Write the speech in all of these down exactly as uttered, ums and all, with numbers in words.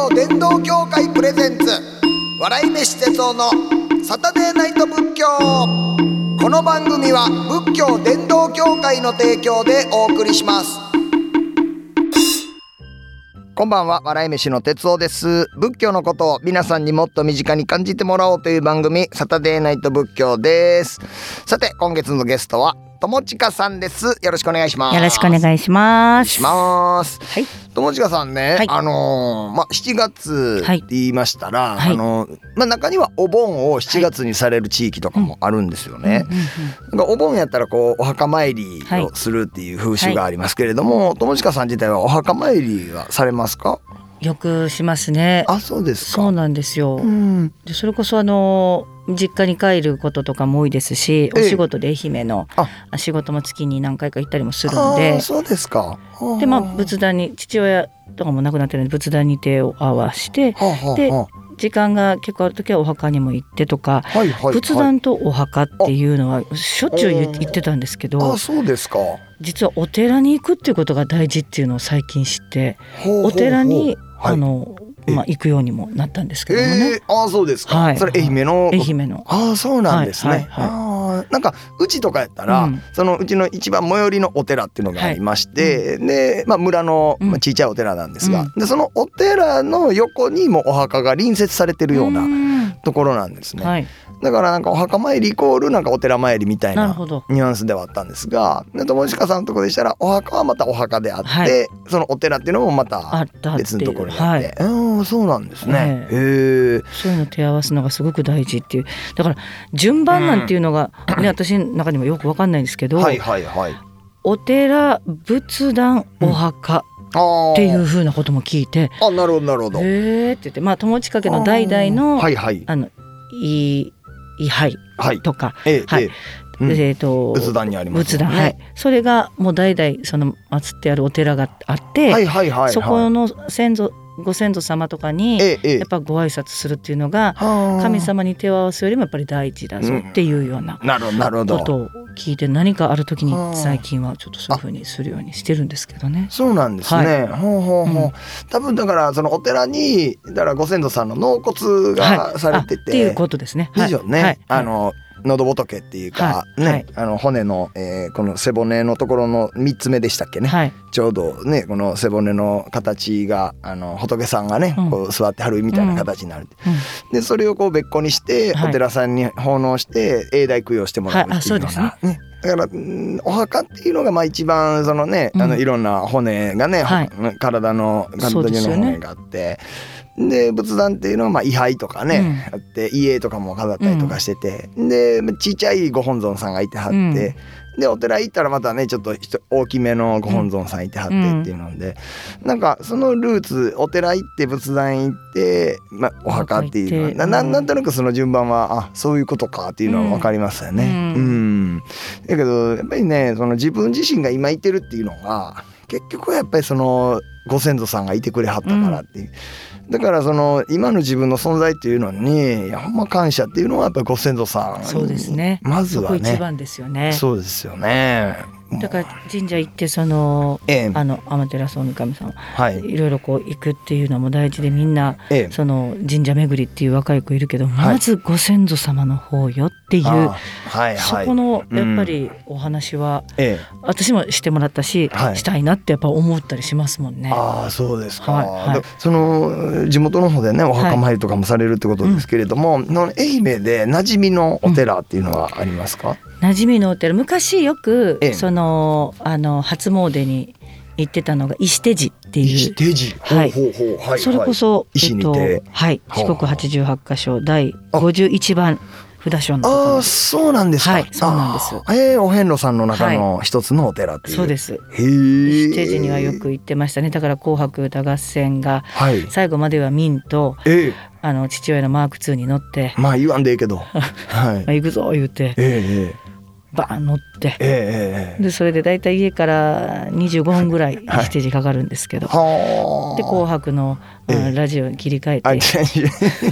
教伝道協会プレゼンツ笑い飯哲夫のサタデーナイト仏教。この番組は仏教伝道協会の提供でお送りします。こんばんは、笑い飯の哲夫です。仏教のことを皆さんにもっと身近に感じてもらおうという番組、サタデーナイト仏教です。さて、今月のゲストは友近さんです。よろしくお願いします。 よろしくお願いします。 します。 はい。 友近さんね、 はい、 あのー、まあしちがつって言いましたら、 はい、 あのー、まあ中にはお盆をしちがつにされる地域とかもあるんですよね。うんうんうん、お盆やったらこうお墓参りをするっていう風習がありますけれども、はい、友近さん自体はお墓参りはされますか？ よくしますね。 あ、そうですか。 そうなんですよ。 うん、 でそれこそあの実家に帰ることとかも多いですし、お仕事で愛媛の仕事も月に何回か行ったりもするんで。 あ、そうですか。 でまあ仏壇に父親とかも亡くなってるので仏壇に手を合わして、はあはあ、で時間が結構ある時はお墓にも行ってとか、はいはいはい、仏壇とお墓っていうのはしょっちゅう言ってたんですけど、 あ、そうですか。実はお寺に行くっていうことが大事っていうのを最近知って、ほうほうほう、お寺にあの、まあ、行くようにもなったんですけどもね。 えー、あ、そうですか。はい、それ愛媛の愛媛のあ、そうなんですね。はいはいはい、あ、なんかうちとかやったら、うん、そのうちの一番最寄りのお寺っていうのがありまして、はい、で、まあ、村の、まあ、ちっちゃいお寺なんですが、うん、でそのお寺の横にもお墓が隣接されてるようなところなんですね。はい、だからなんかお墓参りイコールなんかお寺参りみたいなニュアンスではあったんですが、友近さんのところでしたらお墓はまたお墓であって、はい、そのお寺っていうのもまた別のところにあって、はい、うん、そうなんですね。へー、 そういうの手合わすのがすごく大事っていう。だから順番なんていうのが、ね、私の中にもよく分かんないんですけど、はいはいはい、お寺、仏壇、お墓、うん、っていう風なことも聞いて、 あ、なるほどなるほど。 へーって言って、まあ友近家の代々の、 はいはい、 あのい位牌とか、 はい、はい、ええ、うん、えー、と仏壇にありますね。 仏壇、はい、それがもう代々その祀ってあるお寺があって、はいはいはいはい、そこの先祖ご先祖様とかにやっぱご挨拶するっていうのが、神様に手を合わすよりもやっぱり大事だぞっていうようなことを聞いて、何かある時に最近はちょっとそういうふうにするようにしてるんですけどね。 そうなんですね。はい、ほうほうほう、うん、多分だからそのお寺にだからご先祖さんの納骨がされてて、はい、 っていうことですね。 以上ね、はい、あの喉仏っていうか、はいね、はい、あの骨の、えー、この背骨のところのみっつめでしたっけね、はい、ちょうどねこの背骨の形があの仏さんがね、うん、こう座ってはるみたいな形になる、うんうん、でそれをこう別個にして、はい、お寺さんに奉納して永代供養してもらうっていうような、はい、あ、そうですね。だからお墓っていうのがまあ一番そのね、うん、あのいろんな骨がね、はい、体の体の骨があって、で仏壇っていうのはまあ位牌とかね、うん、あって遺影とかも飾ったりとかしてて、うん、でちっちゃいご本尊さんがいてはって、うん、でお寺行ったらまたねちょっと大きめのご本尊さんいてはってっていうので、うん、なんかそのルーツお寺行って仏壇行って、まあ、お墓っていうのは な, なんとなくその順番はあそういうことかっていうのは分かりますよね。うん、うん、だけどやっぱりねその自分自身が今いてるっていうのが結局はやっぱりそのご先祖さんがいてくれはったからっていう、うん、だからその今の自分の存在っていうのにほんま感謝っていうのはやっぱりご先祖さん、 そうですね、 まずはね、 そこ一番ですよね。 そうですよね。 だから神社行ってその、ええ、あの天照大神さん、はい、いろいろこう行くっていうのも大事で、みんな、ええ、その神社巡りっていう若い子いるけど、はい、まずご先祖様の方よっていう、はいはい、そこのやっぱりお話は、うん、ええ、私もしてもらったし、はい、したいなってやっぱ思ったりしますもんね。 ああ、そうですか、はいはい、その地元の方でねお墓参りとかもされるってことですけれども、はい、うん、愛媛で馴染みのお寺っていうのはありますか？ うん、馴染みのお寺、昔よく、ええ、そのあの初詣に行ってたのが石手寺っていう、 石手寺、はい、ほうほうほう、はいはい、 それこそ、 石にて、 えっとはい、四国はちじゅうはちかしょだいごじゅういちばん札所のところ。 ああ、そうなんですか。 はい、そうなんです。 えー、お遍路さんの中の一つのお寺っていう、 はい、そうです。 へー、 石手寺にはよく行ってましたね。だから紅白歌合戦が最後までは民と、はい、えー、あの父親のマークツーに乗って、 まあ言わんでいいけど、はい、 行くぞ言うて、えーバーン乗って、えー、でそれでだいたい家からにじゅうごふんぐらい石手寺かかるんですけど、はい、で紅白の、えー、ラジオに切り替えて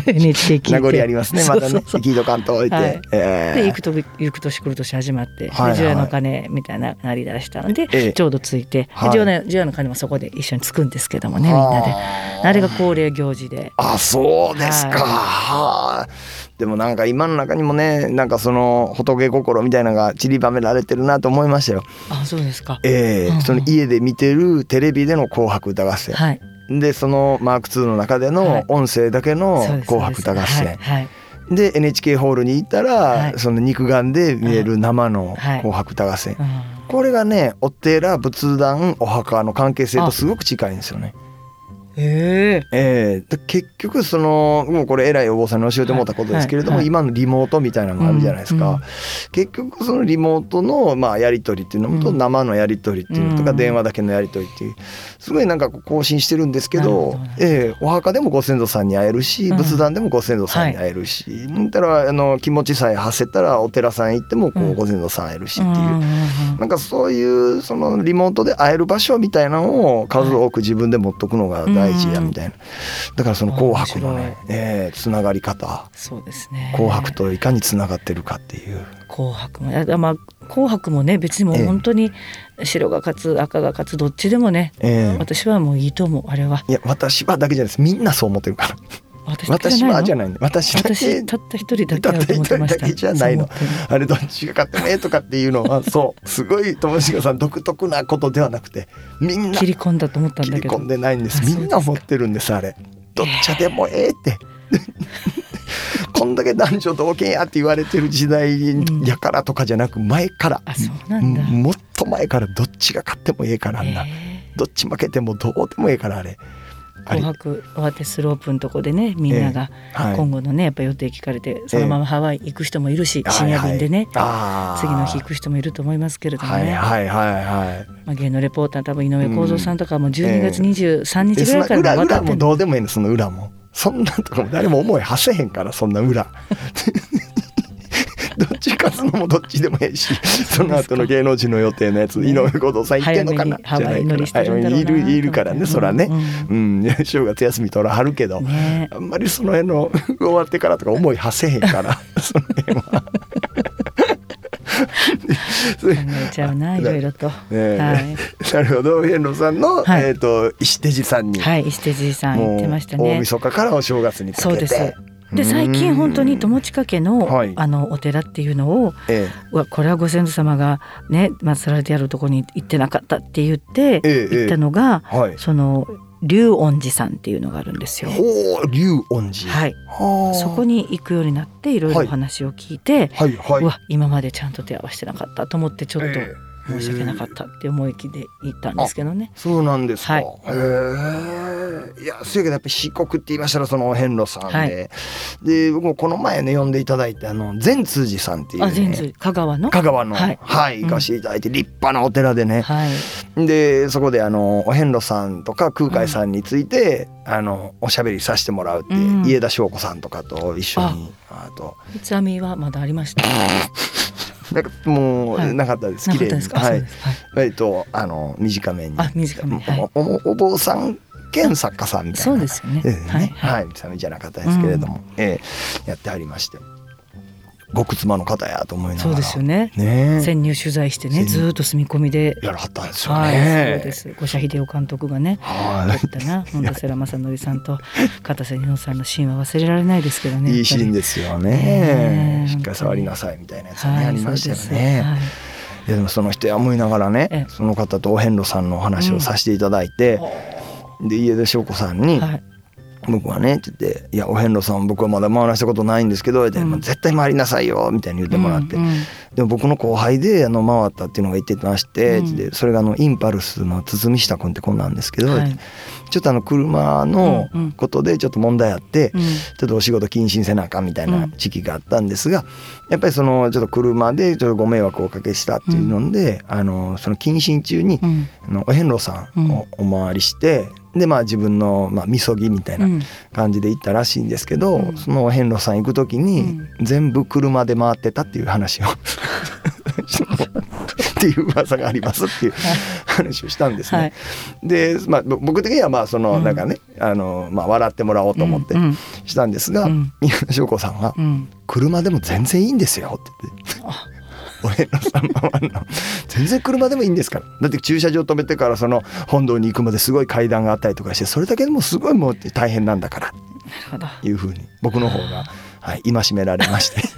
エヌエイチケー 聞いて名残ありますね。またね聞いとかんと置いて、はい、 えー、で行くと行く年来る年始まって、はいはい、除夜の鐘みたいななりだしたので、えー、ちょうどついて、はい、除夜の鐘もそこで一緒につくんですけどもね、みんなであれが恒例行事で。 あ、そうですか、はい、でもなんか今の中にもね、なんかその仏心みたいなのが散りばめられてるなと思いましたよ。 あ、そうですか。 えーうんうん、その家で見てるテレビでの紅白歌合戦、はい、でそのマークツーの中での音声だけの紅白歌合戦、はいはい、で エヌエイチケー ホールに行ったら、はい、その肉眼で見える生の紅白歌合戦、はいはい、これがねお寺仏壇お墓の関係性とすごく近いんですよね。 えーえー、で結局そのもうこれ偉いお坊さんに教えてもらったことですけれども、はいはいはい、今のリモートみたいなのがあるじゃないですか、うんうん、結局そのリモートのまあやり取りっていうのと生のやり取りっていうのとか電話だけのやり取りっていうすごいなんか更新してるんですけど、えー、お墓でもご先祖さんに会えるし仏壇でもご先祖さんに会えるし、うんはい、だからあの気持ちさえ発せたらお寺さん行ってもこうご先祖さん会えるしっていう、うん、なんかそういうそのリモートで会える場所みたいなのを数多く自分で持っとくのが大事やみたいな。だからその紅白のね、えー、つながり方、 そうですね、 紅白といかにつながってるかっていう。 紅白も、まあ、紅白もね別にもう本当に白が勝つ赤が勝つどっちでもね、えー、私はもういいと思う。あれはいや私はだけじゃないです、みんなそう思ってるから私, 私はじゃないの、私だけ私たった一人だけだと思ってました。 たった一人だけじゃないの。あれどっちが勝ってもええとかっていうのはそうすごい友近さん独特なことではなくて、みんな切り込んだと思ったんだけど切り込んでないんです。みんな思ってるんです。あれどっちでもええって、えー、こんだけ男女同権やって言われてる時代やからとかじゃなく、前から、 あ、そうなんだ、 もっと前からどっちが勝ってもええからあんな、 えー、 どっち負けてもどうでもええからあれ。 紅白終わってスロープのとこでね、みんなが今後のねやっぱ予定聞かれてそのままハワイ行く人もいるし、深夜便でね次の日行く人もいると思いますけれどもね、 はいはいはいはい、 まあ、芸能レポーター多分井上公造さんとかもじゅうにがつにじゅうさんにちぐらいからも裏もどうでもいいの、その裏もそんなとかも誰も思いはせへんから、そんな裏どっち勝つのもどっちでもいいし、その後の芸能人の予定のやつ、ね、井上公造さん行ってんのかなじゃないかな、いるいるからね、そらね、うんうん、正月休み取らはるけど、ね、あんまりその辺の終わってからとか思いはせへんからその辺は考えちゃうないろいろと、ね、はい、 なるほど。遠路さんの、はい、えーと、石手寺さんに、 はい、石手寺さん行ってましたね。 大晦日からお正月にかけて。そうです。 で最近本当に友近家 の,、はい、あのお寺っていうのを、ええ、わこれはご先祖様がね祀られてやるところに行ってなかったって言って、ええ、行ったのが、ええ、はい、その龍恩寺さんっていうのがあるんですよ。 ほう、龍恩寺、 はい、はそこに行くようになっていろいろお話を聞いて、はいはいはい、うわ今までちゃんと手合わせてなかったと思ってちょっと、ええ申し訳なかったって思い切りで行ったんですけどね。 そうなんですか、はい、へえ。いやそういうけどやっぱり四国って言いましたらそのお遍路さんで、はい、で僕もこの前ね呼んでいただいてあの善通寺さんっていう、ね、 あ善通香川の香川のはい、はい、行かせていただいて、うん、立派なお寺でね、はい、でそこであのお遍路さんとか空海さんについて、うん、あのおしゃべりさせてもらうって、うん、家田翔子さんとかと一緒に、あと三つ編みはまだありましたなんかもうなかったです、はい、綺麗に、はい、割とあの短めに、 あ短め、はい、 お, お, お坊さん兼作家さんみたいな、 そうですよね、 えー、はいはい、はい、じゃなかったですけれども、うん、えー、やってはりまして、極妻の方やと思いながら、 そうですよね、ね、潜入取材してねずっと住み込みでやらはったんですよね、 はい、そうです。五社秀夫監督がねやったな、本田世良正則さんと片瀬二乃さんのシーンは忘れられないですけどね。 いいシーンですよね、しっかり触りなさいみたいなやつが、ね、はい、ありましたよね、はい、でもその人や思いながらね、その方とお遍路さんのお話をさせていただいて、うん、で家出翔子さんに、はい、僕はねって言って、いやお遍路さん僕はまだ回らしたことないんですけど、うん、絶対回りなさいよみたいに言ってもらって、うんうん、でも僕の後輩であの回ったっていうのが言ってまして、うん、でそれがあのインパルスの堤下君って子なんですけど、はい、ちょっとあの車のことでちょっと問題あって、うんうん、ちょっとお仕事謹慎せなあかんみたいな時期があったんですが、やっぱりそのちょっと車でちょっとご迷惑をおかけしたっていうので、うん、あのその謹慎中に、うん、あのお遍路さんをお回りして、でまあ自分のまあみそぎみたいな感じで行ったらしいんですけど、うん、そのお遍路さん行く時に全部車で回ってたっていう話をっていう噂がありますっていう話をしたんですね、はい、で、まあ、僕的にはまあそのなんかね、うん、あのまあ笑ってもらおうと思ってしたんですが、うん、宮野翔子さんが、うん、車でも全然いいんですよって言って俺のさんまんの全然車でもいいんですから、だって駐車場止めてからその本堂に行くまですごい階段があったりとかして、それだけでもすごいもう大変なんだからというふうに僕の方が、はい、戒められまして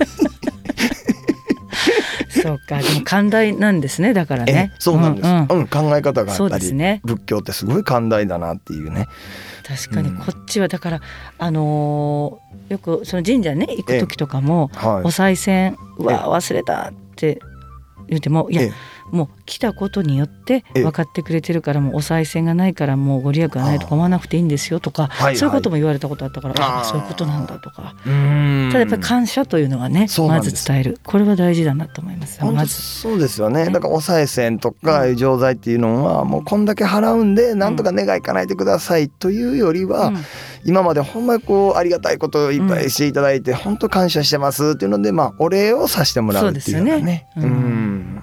そうか、でも寛大なんですね、だからね。 そうなんです、うんうんうん、考え方がやっぱり、ね、仏教ってすごい寛大だなっていうね。 確かにこっちはだから、うん、あのー、よくその神社ね行く時とかも、はい、お賽銭うわ忘れたって言っても、いやもう来たことによって分かってくれてるから、もうお賽銭がないからもうご利益がないとか思わなくていいんですよとか、はいはい、そういうことも言われたことあったから、ああそういうことなんだとか。ただやっぱり感謝というのはね、まず伝える、これは大事だなと思います。まずそうですよね。だからお賽銭とか浄財っていうのはもうこんだけ払うんでなんとか願い叶えてくださいというよりは、うん、今までほんまにこうありがたいことをいっぱいしていただいて、うん、本当感謝してますっていうので、まあお礼をさせてもらうっていうようなね、うん、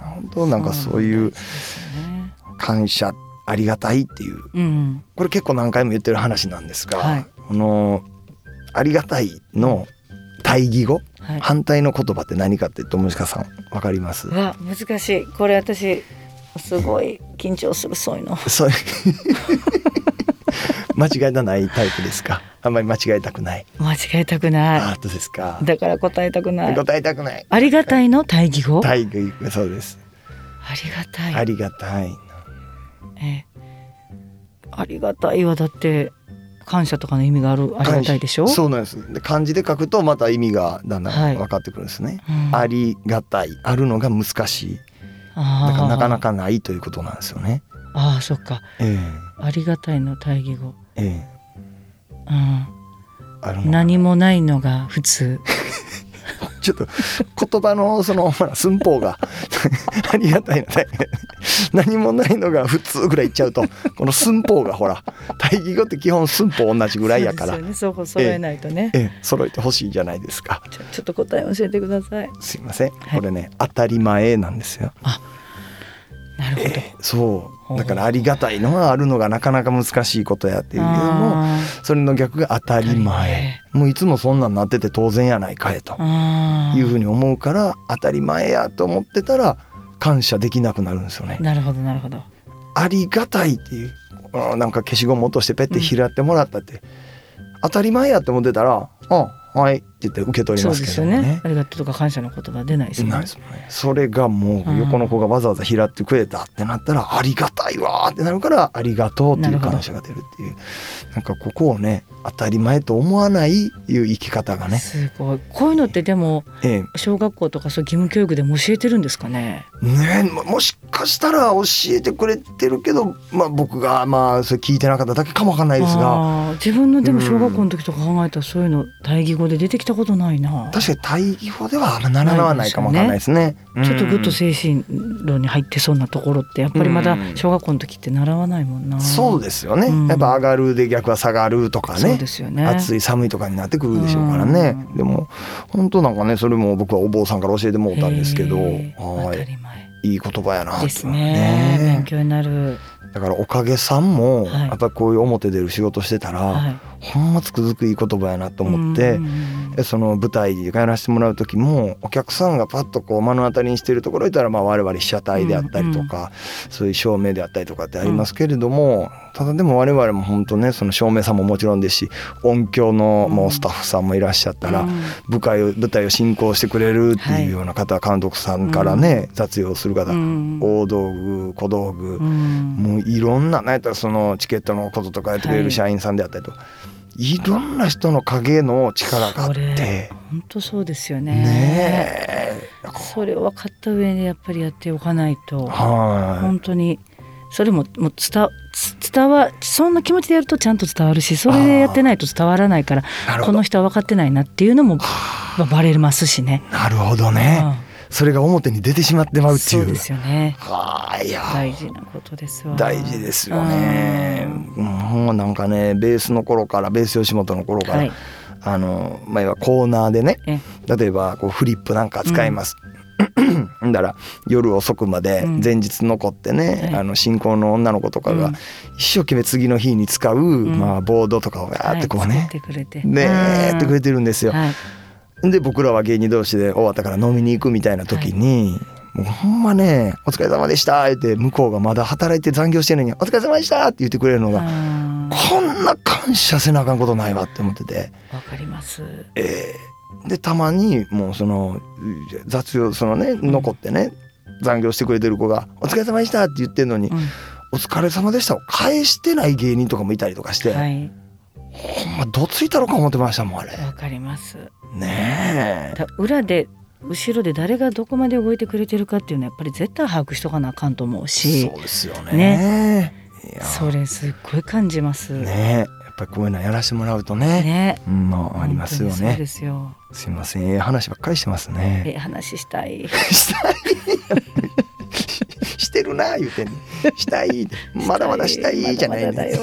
本当なんかそういう感謝ありがたいっていう、うん、これ結構何回も言ってる話なんですが、はい、このありがたいの対義語、はい、反対の言葉って何かって友近さん分かります？ わ難しい。これ私すごい緊張する、そういうのそう間違いのないタイプですか？あんまり間違えたくない。 間違えたくない。 あ、そうですか。 だから答えたくない。 答えたくない。 ありがたいの対義語？ 対義語、そうです。 ありがたい。 ありがたい。 え、ありがたいはだって感謝とかの意味があるありがたいでしょ？ そうなんです。で漢字で書くとまた意味がだんだん分かってくるんですね、はい、うん、ありがたい、あるのが難しい。だからなかなかないということなんですよね。 ああ、そっか、えー、ありがたいの対義語、えーうん、あるの何もないのが普通ちょっと言葉のその寸法がありがたいので何もないのが普通ぐらいいっちゃうと、この寸法がほら対義語って基本寸法同じぐらいやから、 そうですよね、そう揃えないとね、 ええええ、揃えてほしいじゃないですか。 ちょ、ちょっと答え教えてください。 すいません、はい、これね当たり前なんですよ。 あ、なるほど、 えー、そうだからありがたいのがあるのがなかなか難しいことやっていうけども、それの逆が当たり前、もういつもそんなんなってて当然やないかいというふうに思うから、当たり前やと思ってたら感謝できなくなるんですよね。 なるほどなるほど。 ありがたいっていう、なんか消しゴム落としてペッて拾ってもらったって、うん、当たり前やって思ってたら、あ、はいって言って受け取りますけどね。 そうですよね。ありがとうとか感謝の言葉出ないですよね。 ないですよね。それがもう横の子がわざわざ拾ってくれたってなったら、ありがたいわってなるから、ありがとうっていう感謝が出るっていう、なんかここをね当たり前と思わないいう生き方がね、 すごい。こういうのってでも、ええ、小学校とかそう義務教育でも教えてるんですかね。 ね、もしかしたら教えてくれてるけど、まあ、僕がまあそれ聞いてなかっただけかもわかんないですが、 自分のでも小学校の時とか考えたらそういうの対義語で出てきたことないな。 確かに対義語ではあんま習わないかもわかんないですね。 ちょっとぐっと精神論に入ってそうなところってやっぱりまだ小学校の時って習わないもんな、うん、 そうですよね、うん、やっぱ上がるで逆は下がるとかね、 そうですよね、 暑い寒いとかになってくるでしょうからね、うん、でも本当なんかね、それも僕はお坊さんから教えてもらったんですけど、はい、 当たり前いい言葉やなですね、勉強になる。 だからおかげさんもやっぱりこういう表出る仕事してたら、はい、ほんまつくづくいい言葉やなと思って、うんうん、その舞台でやらせてもらう時もお客さんがパッとこう目の当たりにしているところにいたら、まあ我々被写体であったりとか、うんうん、そういう照明であったりとかってありますけれども、うん、ただでも我々も本当ね、その照明さんももちろんですし、音響のもうスタッフさんもいらっしゃったら、うん、舞台を舞台を進行してくれるっていうような方、はい、監督さんからね、うん、雑用する方、うん、大道具小道具、うん、もういろんな、なんやったらそのチケットのこととかやってくれる社員さんであったりとか、はい、いろんな人の影の力があって、 本当そうですよね。 ねえ、それを分かった上でやっぱりやっておかないと、はい、本当にそれももう伝伝わそんな気持ちでやるとちゃんと伝わるし、それでやってないと伝わらないから、この人は分かってないなっていうのも、まあ、バレますしね。 なるほどね、うん、それが表に出てしまってまうっていう。 そうですよね。 はあ、いや大事なことですわ。 大事ですよね。うん、なんかね、ベースの頃からベース吉本の頃から、はい、あのまあ、コーナーでね、例えばこうフリップなんか使います、うん、 だから夜遅くまで前日残ってね、うん、あの新婚の女の子とかが一生懸命次の日に使う、うん、まあ、ボードとかをガーってこうね、はい、作ってくれてねやってくれてるんですよ、はい、で僕らは芸人同士で終わったから飲みに行くみたいな時に、はい、もうほんまねお疲れ様でしたって向こうがまだ働いて残業してるのにお疲れ様でしたって言ってくれるのがこんな感謝せなあかんことないわって思ってて。 わかります、 えー、でたまにもうその雑用そのね残ってね、うん、残業してくれてる子がお疲れ様でしたって言ってるのに、うん、お疲れ様でしたを返してない芸人とかもいたりとかして、はい、ほんまどついたろか思ってましたもんあれ。 わかりますねえ。 裏で後ろで誰がどこまで動いてくれてるかっていうのはやっぱり絶対把握しとかなあかんと思うし。 そうですよ ね, ねそれすっごい感じますね。やっぱりこういうのやらせてもらうとね、ね、うん、まあ、ありますよね。そうですよ。すいません、ええ話ばっかりしてますね。 ええ話したいしたいしてるな言うてんねしたいまだまだしたいじゃないねまだまだだよ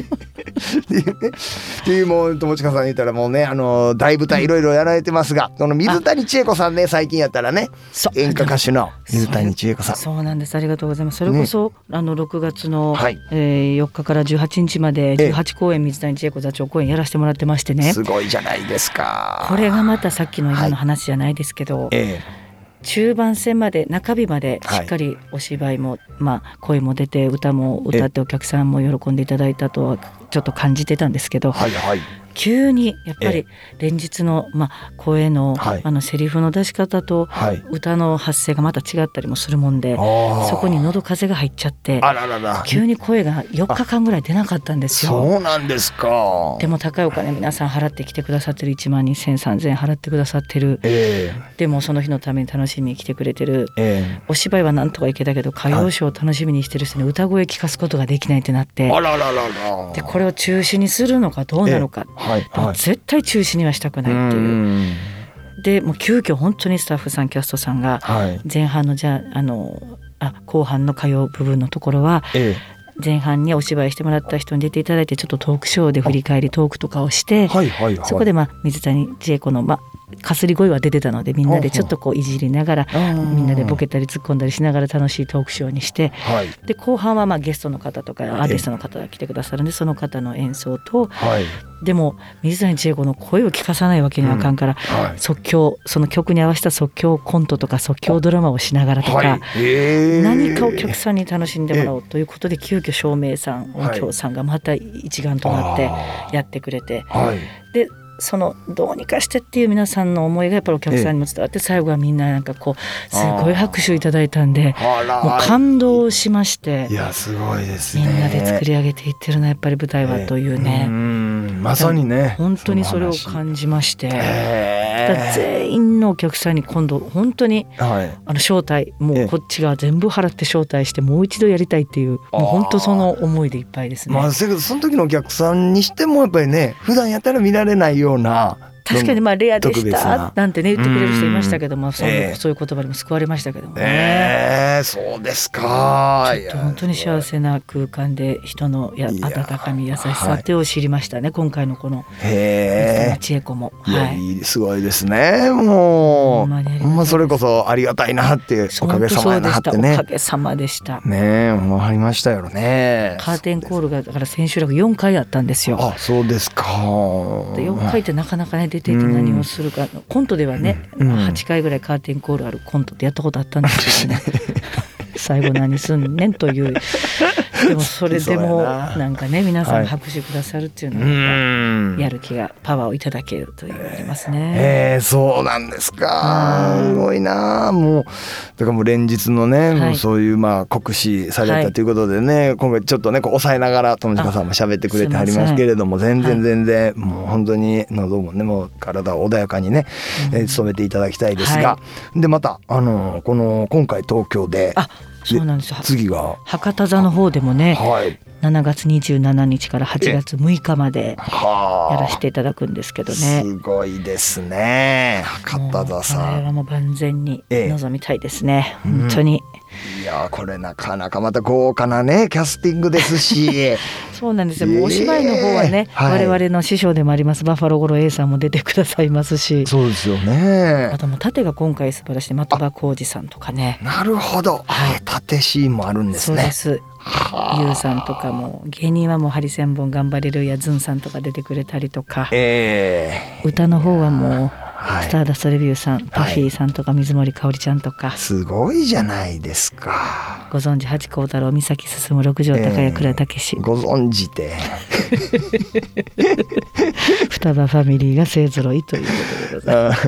っていうもう友近さん言ったらもうねあの大舞台いろいろやられてますが、この水谷千恵子さんね最近やったらね演歌歌手の水谷千恵子さん。 そうなんです、ありがとうございます。それこそ、ね、あのろくがつの、はいえー、よっかからじゅうはちにちまでじゅうはちこうえん水谷千恵子座長公演やらせてもらってましてね。 すごいじゃないですか。 これがまたさっきの今の話じゃないですけど、はいえー中盤戦まで中日までしっかりお芝居も、はいまあ、声も出て歌も歌ってお客さんも喜んでいただいたとはちょっと感じてたんですけど、はいはい、急にやっぱり連日の、まあ、声の、はい、あのセリフの出し方と歌の発声がまた違ったりもするもんで、はい、そこに喉風が入っちゃってあららら急に声がよっかかんぐらい出なかったんですよ。 そうなんですか。 でも高いお金皆さん払ってきてくださってるいちまんにせんさんぜんえん払ってくださってる、えー、でもその日のために楽しみに来てくれてる、えー、お芝居はなんとかいけたけど歌謡ショーを楽しみにしてる人に歌声聞かすことができないってなって、 あららららでこれを中止にするのかどうなのか、えーはいはい、でも絶対中止にはしたくないっていうでもう急遽本当にスタッフさんキャストさんが前半のじゃあ、あのあ後半の歌謡部分のところは、ええ前半にお芝居してもらった人に出ていただいてちょっとトークショーで振り返りトークとかをして、はいはいはい、そこで、まあ、水谷千恵子の、まあ、かすり声は出てたのでみんなでちょっとこういじりながらみんなでボケたり突っ込んだりしながら楽しいトークショーにして、はい、で後半はまあゲストの方とかアーティストの方が来てくださるんでその方の演奏と、はい、でも水谷千恵子の声を聞かさないわけにはあかんから、うんはい、即興その曲に合わせた即興コントとか即興ドラマをしながらとか、はいえー、何かお客さんに楽しんでもらおうということで急遽照明さん音響さんがまた一丸となってやってくれて、はい、でそのどうにかしてっていう皆さんの思いがやっぱりお客さんにも伝わって、ええ、最後はみんななんかこうすごい拍手いただいたんでもう感動しまして、 いやすごいですね。 みんなで作り上げていってるなやっぱり舞台はというね、ええ、 うんまさにね本当にそれを感じまして、えー、だ全員のお客さんに今度本当に、はい、あの招待もうこっちが全部払って招待してもう一度やりたいっていうもう本当その思いでいっぱいですね。 まあ、その時のお客さんにしてもやっぱりね普段やったら見られないような確かにまあレアでしたなんてね言ってくれる人いましたけども、そういう、えー、そういう言葉にも救われましたけどもね、 えー、そうですか。 ちょっと本当に幸せな空間で人のや温かみ優しさってを知りましたね、はい、今回のこの水谷千恵子も、 はい、いやすごいですね。もうほんまそれこそありがたいなっておかげさまやなってね。 おかげさまでしたね。もうありましたよね。 カーテンコールがだから千秋楽よんかいあったんですよ。 あそうですか。 でよんかいってなかなかね出ていて何をするか、うん、コントではね、うん、はちかいぐらいカーテンコールあるコントってやったことあったんですけどね最後何すんねんというでもそれでもなんかね皆さん拍手くださるっていうのはやる気がパワーをいただけるというのがありますね。 えー、そうなんですか。すごいな。もうだからもう連日のね、はい、もうそういうまあ酷使されたということでね、はい、今回ちょっとねこう抑えながら友近さんも喋ってくれてはりますけれども全然全然、はい、もう本当に喉もねもう体を穏やかにね、うん、えー、努めていただきたいですが、はい、でまたあのこの今回東京であそうなんですよ。 次が博多座の方でもね、はい、しちがつにじゅうしちにちからはちがつむいかまでやらせていただくんですけどね。 すごいですね博多座さん。 これはもう万全に臨みたいですね、ええ、本当に、 うん、いやこれなかなかまた豪華なねキャスティングですしそうなんですよ。もうお芝居の方はね、はい、我々の師匠でもありますバッファロー五郎 A さんも出てくださいますし。 そうですよね。 あともう盾が今回素晴らしい的場浩二さんとかね。 なるほど、はい、盾シーンもあるんですね。 そうです。ユウさんとかも、芸人はもうハリセンボン頑張れるやズンさんとか出てくれたりとか、えー、歌の方はもうスターダストレビューさん、パフィーさんとか水森かおりちゃんとか、 すごいじゃないですか。 ご存知八甲太郎、三崎進、六条高谷、倉武史、 ご存知で双葉ファミリーが勢ぞろいということでございます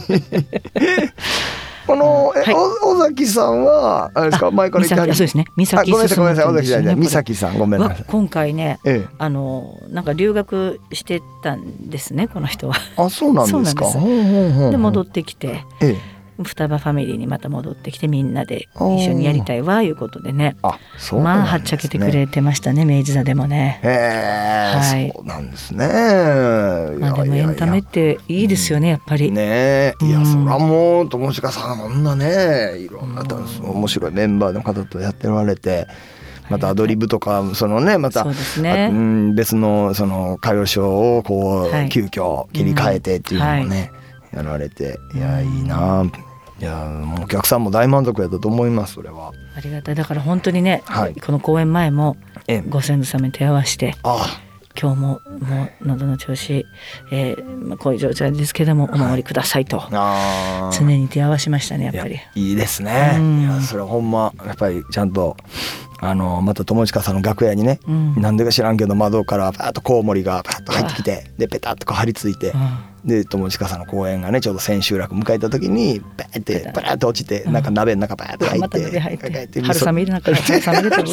この、はい、尾崎さんはあれですか、前から言ってはる。 そうですね。三崎進、ごめんなさいごめんなさい、尾崎じゃない、三崎さん、ごめんなさい。 今回ね、ええ、あのなんか留学してたんですね、この人は。 あ、そうなんですか。 そうなんです。で戻ってきて、ええ、双葉ファミリーにまた戻ってきて、みんなで一緒にやりたいわいうことでね。あ、そうなんですね。まあはっちゃけてくれてましたね、明治座でもね。 へえ、はい、そうなんですね。 まあでもエンタメっていいですよね、やっぱり。 ねえ、いや、うん、そらもう友近さんこんなね、いろんな面白いメンバーの方とやっておられて。またアドリブとかそのね、またそうですね、うん、別のその歌謡ショーをこう、はい、急遽切り替えてっていうのもね、うん、はい、やられて、いやいいな。いやもうお客さんも大満足やったと思います。それはありがたい。だから本当にね、はい、この公演前もご先祖様に手合わせて、ああ今日ももう喉の調子、えー、こういう状態ですけどもお守りくださいと、はい、あ常に手合わしましたね、やっぱり。 いいですね、うん、いやそれはほんまやっぱりちゃんとあのまた友近さんの楽屋にね、うん、なんでか知らんけど窓からパーッとコウモリがパーッと入ってきて、でペタッとこう張り付いて、うん、で友近さんの公演がねちょうど千秋楽迎えた時にバーってパラッと落ちて、うん、なんか鍋の中バーッと入って、また鍋入って春雨入れながら春雨入れたら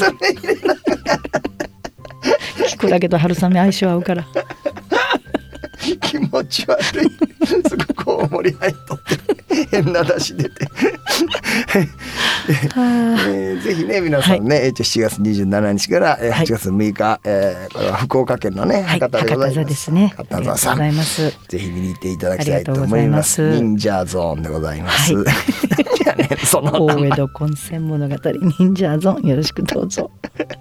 キクラゲと春雨相性合うから気持ち悪いすぐコウモリ入っとって変な出し出てえー、ぜひね皆さんね、はい、しちがつにじゅうしちにちから、えー、はちがつむいか、えー、これは福岡県のね博多でございます、はい、博多ですね。博多さんぜひ見に行っていただきたいと思います。忍者ゾーンでございます、はいいやね、その大江戸混戦物語忍者ゾーンよろしくどうぞ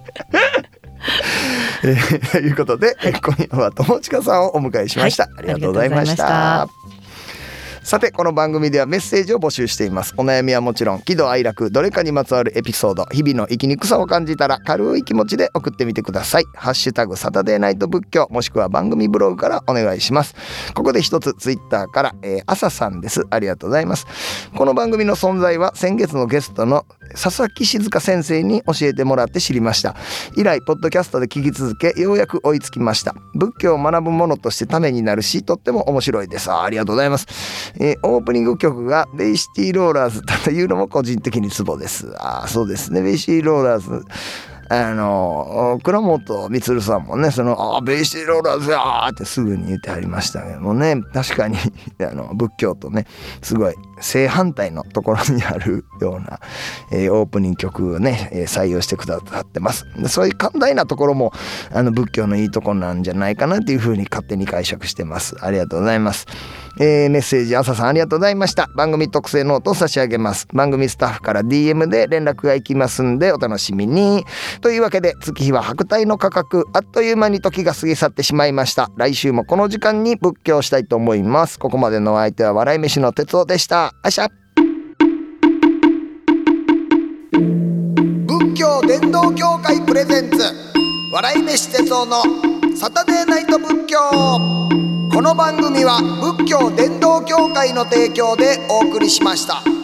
えー、ということで、はい、今夜は友近さんをお迎えしました、はい、ありがとうございました。さてこの番組ではメッセージを募集しています。お悩みはもちろん喜怒哀楽どれかにまつわるエピソード、日々の生きにくさを感じたら軽い気持ちで送ってみてください。ハッシュタグサタデーナイト仏教もしくは番組ブログからお願いします。ここで一つツイッターから、えー、朝さんです。ありがとうございます。この番組の存在は先月のゲストの佐々木静香先生に教えてもらって知りました。以来ポッドキャストで聞き続けようやく追いつきました。仏教を学ぶものとしてためになるしとっても面白いです。 あ, ありがとうございます。えー、オープニング曲がベイシティローラーズだというのも個人的にツボです。あ、そうですね、ベイシティローラーズあの倉本充さんもねそのあベイシティローラーズやーってすぐに言ってはりましたけどもね、確かにあの仏教とねすごい正反対のところにあるような、えー、オープニング曲をね、えー、採用してくださってます。でそういう寛大なところもあの仏教のいいところなんじゃないかなっていうふうに勝手に解釈してます。ありがとうございます。えー、メッセージ朝さんありがとうございました。番組特製ノートを差し上げます。番組スタッフから ディーエム で連絡がいきますんでお楽しみに。というわけで月日は白帯の価格、あっという間に時が過ぎ去ってしまいました。来週もこの時間に仏教したいと思います。ここまでのお相手は笑い飯の哲夫でした。あしゃ。仏教伝道協会プレゼンツ笑い飯哲夫のサタデーナイト仏教。この番組は仏教伝道協会の提供でお送りしました。